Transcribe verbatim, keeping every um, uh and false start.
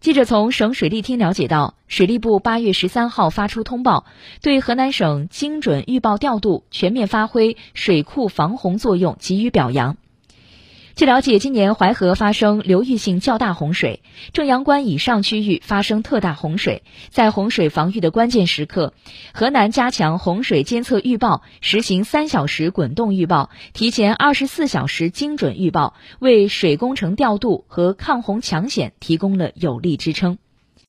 记者从省水利厅了解到，水利部八月十三号发出通报，对河南省精准预报调度、全面发挥水库防洪作用给予表扬。据了解，今年淮河发生流域性较大洪水，正阳关以上区域发生特大洪水，在洪水防御的关键时刻，河南加强洪水监测预报，实行三小时滚动预报，提前二十四小时精准预报，为水工程调度和抗洪抢险提供了有力支撑。